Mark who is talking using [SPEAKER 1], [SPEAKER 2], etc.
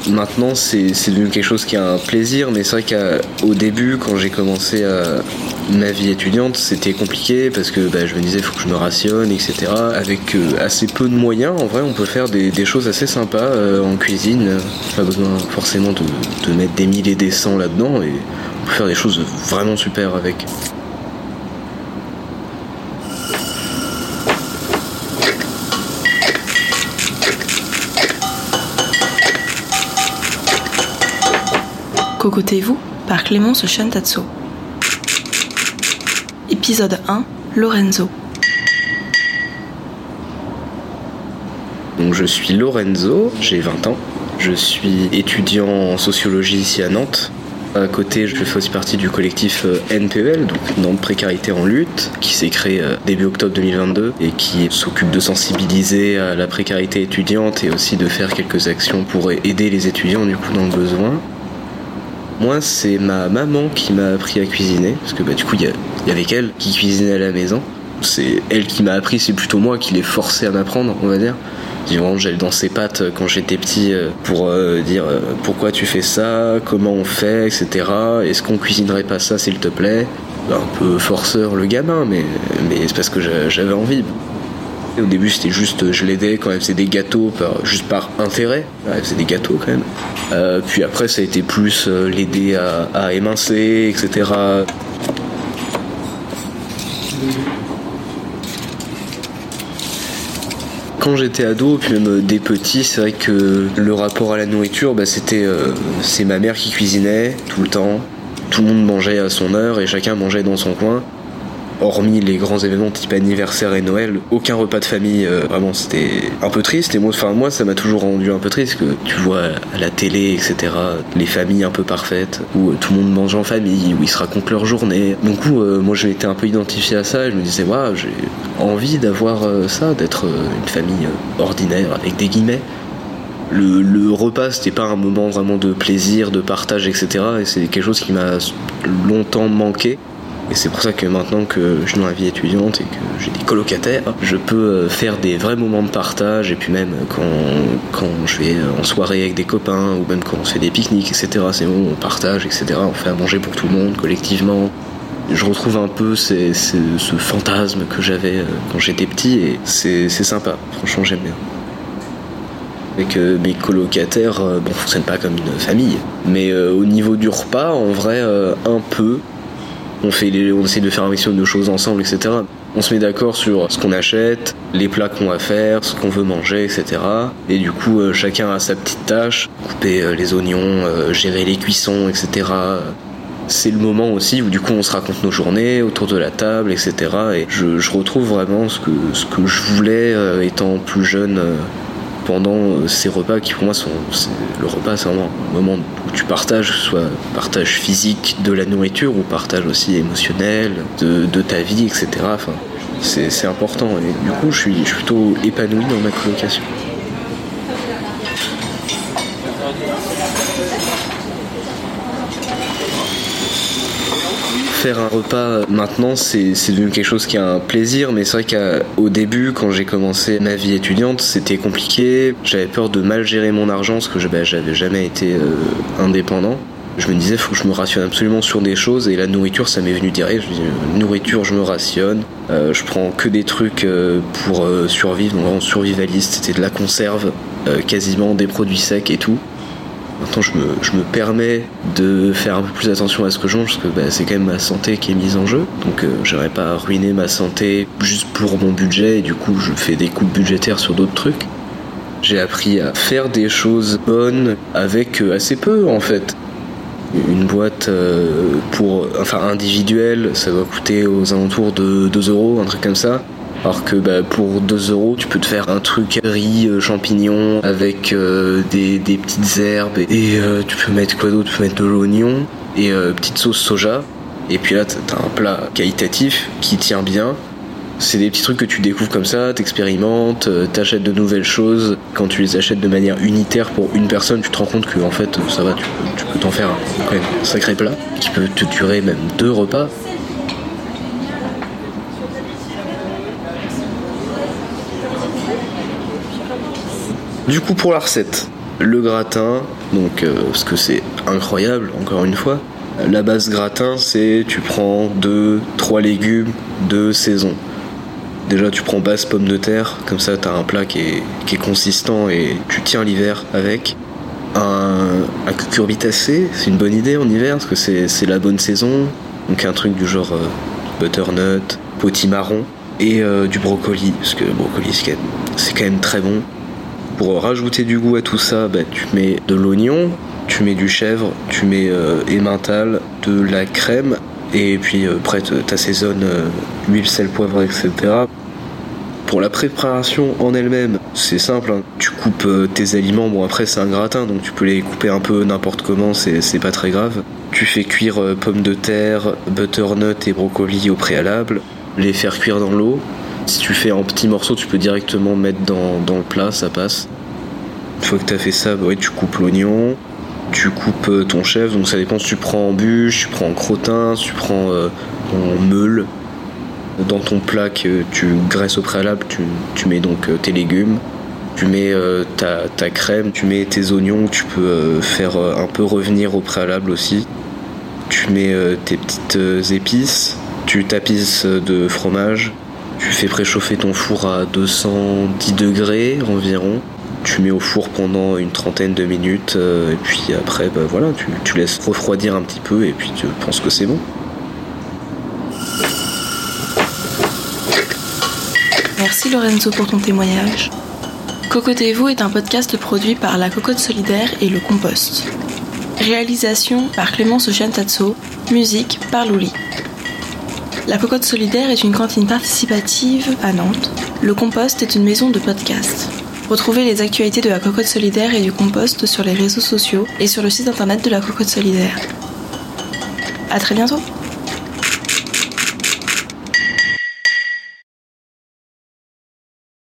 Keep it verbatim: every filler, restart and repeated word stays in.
[SPEAKER 1] maintenant c'est, c'est devenu quelque chose qui a un plaisir, mais c'est vrai qu'au début, quand j'ai commencé à, ma vie étudiante, c'était compliqué parce que bah, je me disais il faut que je me rationne, et cetera. Avec euh, assez peu de moyens, en vrai, on peut faire des, des choses assez sympas euh, en cuisine. Pas besoin forcément de, de mettre des mille et des cents là-dedans, et on peut faire des choses vraiment super avec.
[SPEAKER 2] Cocotez-vous par Clémence Chantatso. Épisode un, Lorenzo.
[SPEAKER 1] Donc je suis Lorenzo, j'ai vingt ans. Je suis étudiant en sociologie ici à Nantes. À côté, je fais aussi partie du collectif N P E L, donc Nantes Précarité en Lutte, qui s'est créé début octobre deux mille vingt-deux et qui s'occupe de sensibiliser à la précarité étudiante et aussi de faire quelques actions pour aider les étudiants du coup dans le besoin. Moi, c'est ma maman qui m'a appris à cuisiner, parce que bah, du coup, il y, y avait qu'elle qui cuisinait à la maison. C'est elle qui m'a appris, c'est plutôt moi qui l'ai forcé à m'apprendre, on va dire. Vraiment, j'allais dans ses pattes quand j'étais petit pour euh, dire euh, pourquoi tu fais ça, comment on fait, et cetera. Est-ce qu'on cuisinerait pas ça, s'il te plaît? Un peu forceur le gamin, mais, mais c'est parce que j'avais envie. Au début, c'était juste, je l'aidais quand elle faisait des gâteaux, par, juste par intérêt. Elle faisait des gâteaux quand même. Euh, puis après, ça a été plus euh, l'aider à, à émincer, et cetera. Quand j'étais ado, puis même des petits, c'est vrai que le rapport à la nourriture, bah, c'était, euh, c'est ma mère qui cuisinait tout le temps. Tout le monde mangeait à son heure et chacun mangeait dans son coin. Hormis les grands événements type anniversaire et Noël, aucun repas de famille, euh, vraiment c'était un peu triste. Et moi, enfin, moi ça m'a toujours rendu un peu triste, que tu vois à la télé, et cetera, les familles un peu parfaites, où euh, tout le monde mange en famille, où ils se racontent leur journée. Donc euh, moi je m'étais un peu identifié à ça, et je me disais, waouh, j'ai envie d'avoir euh, ça, d'être euh, une famille euh, ordinaire, avec des guillemets. Le, le repas, c'était pas un moment vraiment de plaisir, de partage, et cetera. Et c'est quelque chose qui m'a longtemps manqué. Et c'est pour ça que maintenant que je suis dans la vie étudiante et que j'ai des colocataires, je peux faire des vrais moments de partage. Et puis même quand, quand je vais en soirée avec des copains, ou même quand on se fait des pique-niques, et cetera. C'est bon, on partage, et cetera. On fait à manger pour tout le monde, collectivement. Je retrouve un peu ces, ces, ce fantasme que j'avais quand j'étais petit, et c'est, c'est sympa. Franchement, j'aime bien. Avec euh, mes colocataires, euh, bon, on fonctionne pas comme une famille. Mais euh, au niveau du repas, en vrai, euh, un peu. On, fait les, on essaie de faire un maximum de choses ensemble, et cetera. On se met d'accord sur ce qu'on achète, les plats qu'on va faire, ce qu'on veut manger, et cetera. Et du coup, euh, chacun a sa petite tâche. Couper euh, les oignons, euh, gérer les cuissons, et cetera. C'est le moment aussi où du coup on se raconte nos journées autour de la table, et cetera. Et je, je retrouve vraiment ce que, ce que je voulais euh, étant plus jeune euh, pendant ces repas qui pour moi sont... C'est, le repas c'est vraiment un moment où tu partages, que ce soit partage physique de la nourriture ou partage aussi émotionnel de, de ta vie, et cetera. Enfin, c'est, c'est important et du coup je suis, je suis plutôt épanoui dans ma colocation. Faire un repas maintenant, c'est, c'est devenu quelque chose qui a un plaisir, mais c'est vrai qu'au début, quand j'ai commencé ma vie étudiante, c'était compliqué. J'avais peur de mal gérer mon argent parce que je, bah, j'avais jamais été euh, indépendant. Je me disais, il faut que je me rationne absolument sur des choses, et la nourriture, ça m'est venu direct. Je me disais, nourriture, je me rationne. Euh, je prends que des trucs euh, pour euh, survivre, donc vraiment survivaliste. C'était de la conserve, euh, quasiment des produits secs et tout. Maintenant, je me, je me permets de faire un peu plus attention à ce que je mange, parce que bah, c'est quand même ma santé qui est mise en jeu. Donc, euh, j'aimerais pas ruiner ma santé juste pour mon budget, et du coup, je fais des coupes budgétaires sur d'autres trucs. J'ai appris à faire des choses bonnes avec euh, assez peu, en fait. Une boîte euh, pour, enfin, individuelle, ça doit coûter aux alentours de deux euros, un truc comme ça. Alors que bah, pour deux euros, tu peux te faire un truc riz, euh, champignons, avec euh, des, des petites herbes. Et euh, tu peux mettre quoi d'autre? Tu peux mettre de l'oignon et euh, petite sauce soja. Et puis là, t'as un plat qualitatif qui tient bien. C'est des petits trucs que tu découvres comme ça, t'expérimentes, euh, t'achètes de nouvelles choses. Quand tu les achètes de manière unitaire pour une personne, tu te rends compte que en fait, ça va, tu peux, tu peux t'en faire un, quand même, un sacré plat qui peut te durer même deux repas. Du coup, pour la recette, le gratin, donc euh, parce que c'est incroyable, encore une fois. La base gratin, c'est tu prends deux, trois légumes de saison. Déjà, tu prends base pommes de terre, comme ça t'as un plat qui est, qui est consistant et tu tiens l'hiver avec. Un, un cucurbitacé, c'est une bonne idée en hiver parce que c'est, c'est la bonne saison. Donc un truc du genre euh, butternut, potimarron et euh, du brocoli, parce que le brocoli c'est quand, même, c'est quand même très bon. Pour rajouter du goût à tout ça, bah, tu mets de l'oignon, tu mets du chèvre, tu mets euh, emmental, de la crème, et puis euh, après t'assaisonnes euh, huile, sel, poivre, et cetera. Pour la préparation en elle-même, c'est simple, hein. Tu coupes euh, tes aliments, bon après c'est un gratin, donc tu peux les couper un peu n'importe comment, c'est, c'est pas très grave. Tu fais cuire euh, pommes de terre, butternut et brocoli au préalable, les faire cuire dans l'eau. Si tu fais en petits morceaux, tu peux directement mettre dans, dans le plat, ça passe. Une fois que tu as fait ça, bah ouais, tu coupes l'oignon, tu coupes ton chèvre, donc ça dépend si tu prends en bûche, tu prends en crottin, si tu prends euh, en meule. Dans ton plat que tu graisses au préalable, tu, tu mets donc euh, tes légumes, tu mets euh, ta, ta crème, tu mets tes oignons que tu peux euh, faire euh, un peu revenir au préalable aussi. Tu mets euh, tes petites euh, épices, tu tapisses de fromage, tu fais préchauffer ton four à deux cent dix degrés environ. Tu mets au four pendant une trentaine de minutes euh, et puis après bah, voilà, tu, tu laisses refroidir un petit peu et puis tu penses que c'est bon.
[SPEAKER 2] Merci Lorenzo pour ton témoignage. Cocotez-vous est un podcast produit par la Cocotte Solidaire et le Compost. Réalisation par Clémence Ocean-Tatso, musique par Louli. La Cocotte Solidaire est une cantine participative à Nantes. Le Compost est une maison de podcast. Retrouvez les actualités de la Cocotte Solidaire et du Compost sur les réseaux sociaux et sur le site internet de la Cocotte Solidaire. À très bientôt.